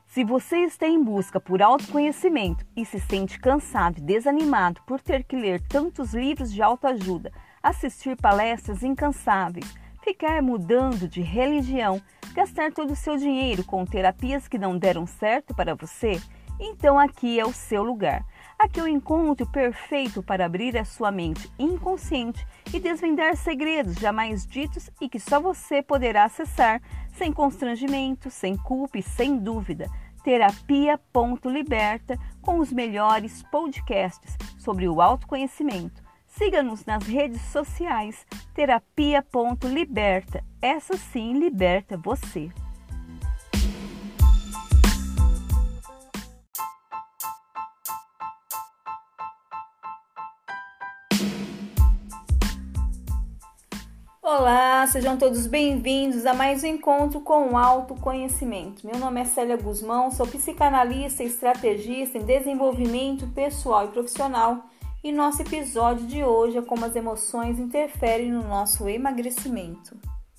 Se você está em busca por autoconhecimento e se sente cansado e desanimado por ter que ler tantos livros de autoajuda, assistir palestras incansáveis, ficar mudando de religião, gastar todo o seu dinheiro com terapias que não deram certo para você, então aqui é o seu lugar. Aqui é o encontro perfeito para abrir a sua mente inconsciente e desvendar segredos jamais ditos e que só você poderá acessar sem constrangimento, sem culpa e sem dúvida. Terapia.liberta com os melhores podcasts sobre o autoconhecimento. Siga-nos nas redes sociais. Terapia.liberta. Essa sim liberta você. Olá, sejam todos bem-vindos a mais um encontro com o autoconhecimento. Meu nome é Célia Guzmão, sou psicanalista e estrategista em desenvolvimento pessoal e profissional e nosso episódio de hoje é como as emoções interferem no nosso emagrecimento.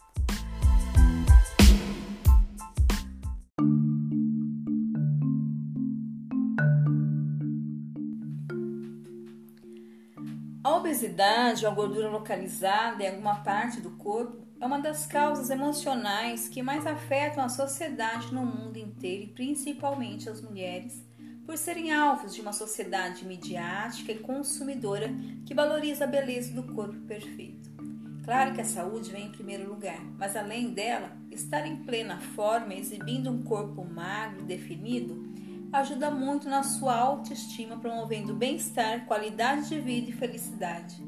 A obesidade ou a gordura localizada em alguma parte do corpo é uma das causas emocionais que mais afetam a sociedade no mundo inteiro e principalmente as mulheres, por serem alvos de uma sociedade midiática e consumidora que valoriza a beleza do corpo perfeito. Claro que a saúde vem em primeiro lugar, mas além dela, estar em plena forma exibindo um corpo magro e definido ajuda muito na sua autoestima, promovendo bem-estar, qualidade de vida e felicidade.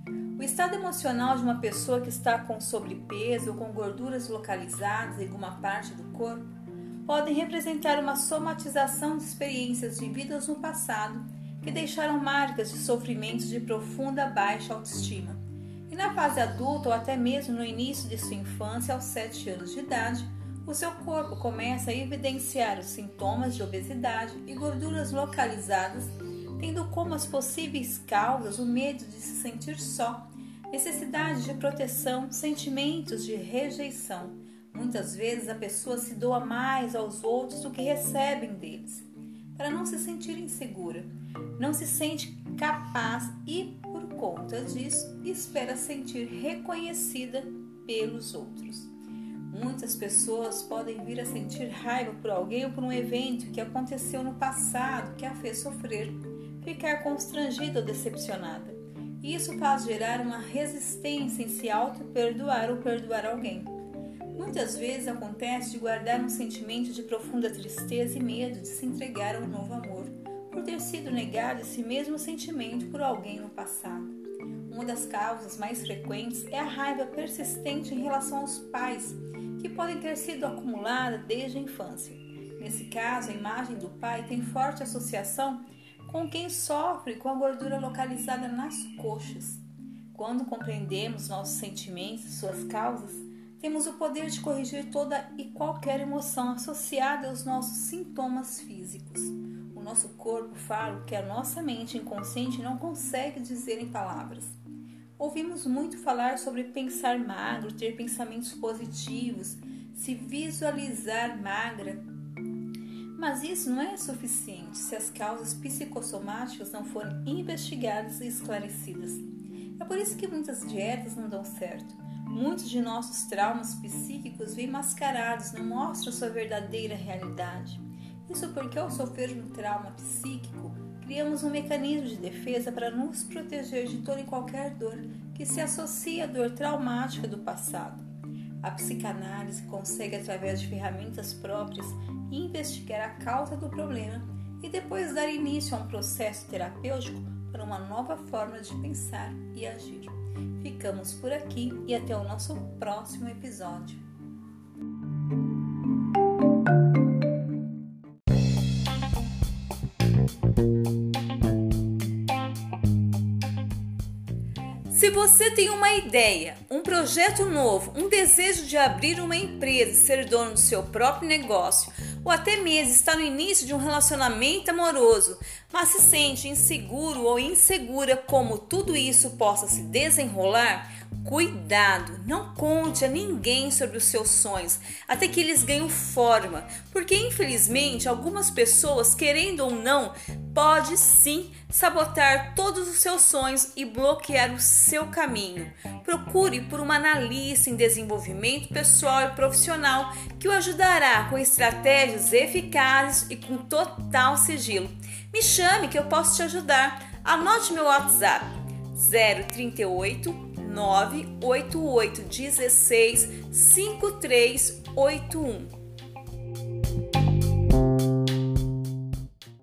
O estado emocional de uma pessoa que está com sobrepeso ou com gorduras localizadas em alguma parte do corpo podem representar uma somatização de experiências vividas no passado que deixaram marcas de sofrimentos de profunda baixa autoestima. E na fase adulta ou até mesmo no início de sua infância, aos 7 anos de idade, o seu corpo começa a evidenciar os sintomas de obesidade e gorduras localizadas, tendo como as possíveis causas o medo de se sentir só, necessidade de proteção, sentimentos de rejeição. Muitas vezes a pessoa se doa mais aos outros do que recebem deles, para não se sentir insegura, não se sente capaz e, por conta disso, espera sentir reconhecida pelos outros. Muitas pessoas podem vir a sentir raiva por alguém ou por um evento que aconteceu no passado que a fez sofrer, ficar constrangida ou decepcionada. E isso faz gerar uma resistência em se auto-perdoar ou perdoar alguém. Muitas vezes acontece de guardar um sentimento de profunda tristeza e medo de se entregar a um novo amor, por ter sido negado esse mesmo sentimento por alguém no passado. Uma das causas mais frequentes é a raiva persistente em relação aos pais, que podem ter sido acumulada desde a infância. Nesse caso, a imagem do pai tem forte associação com quem sofre com a gordura localizada nas coxas. Quando compreendemos nossos sentimentos e suas causas, temos o poder de corrigir toda e qualquer emoção associada aos nossos sintomas físicos. O nosso corpo fala o que a nossa mente inconsciente não consegue dizer em palavras. Ouvimos muito falar sobre pensar magro, ter pensamentos positivos, se visualizar magra. Mas isso não é suficiente se as causas psicossomáticas não forem investigadas e esclarecidas. É por isso que muitas dietas não dão certo. Muitos de nossos traumas psíquicos vêm mascarados, não mostram sua verdadeira realidade. Isso porque ao sofrer um trauma psíquico, criamos um mecanismo de defesa para nos proteger de toda e qualquer dor que se associa à dor traumática do passado. A psicanálise consegue, através de ferramentas próprias, investigar a causa do problema e depois dar início a um processo terapêutico para uma nova forma de pensar e agir. Ficamos por aqui e até o nosso próximo episódio. Se você tem uma ideia, um projeto novo, um desejo de abrir uma empresa e ser dono do seu próprio negócio, ou até mesmo está no início de um relacionamento amoroso, mas se sente inseguro ou insegura como tudo isso possa se desenrolar, Cuidado, não conte a ninguém sobre os seus sonhos até que eles ganhem forma, porque infelizmente algumas pessoas, querendo ou não, pode sim sabotar todos os seus sonhos e bloquear o seu caminho. Procure por uma analista em desenvolvimento pessoal e profissional que o ajudará com estratégias eficazes e com total sigilo. Me chame que eu posso te ajudar. Anote meu WhatsApp 038 988 16 5381.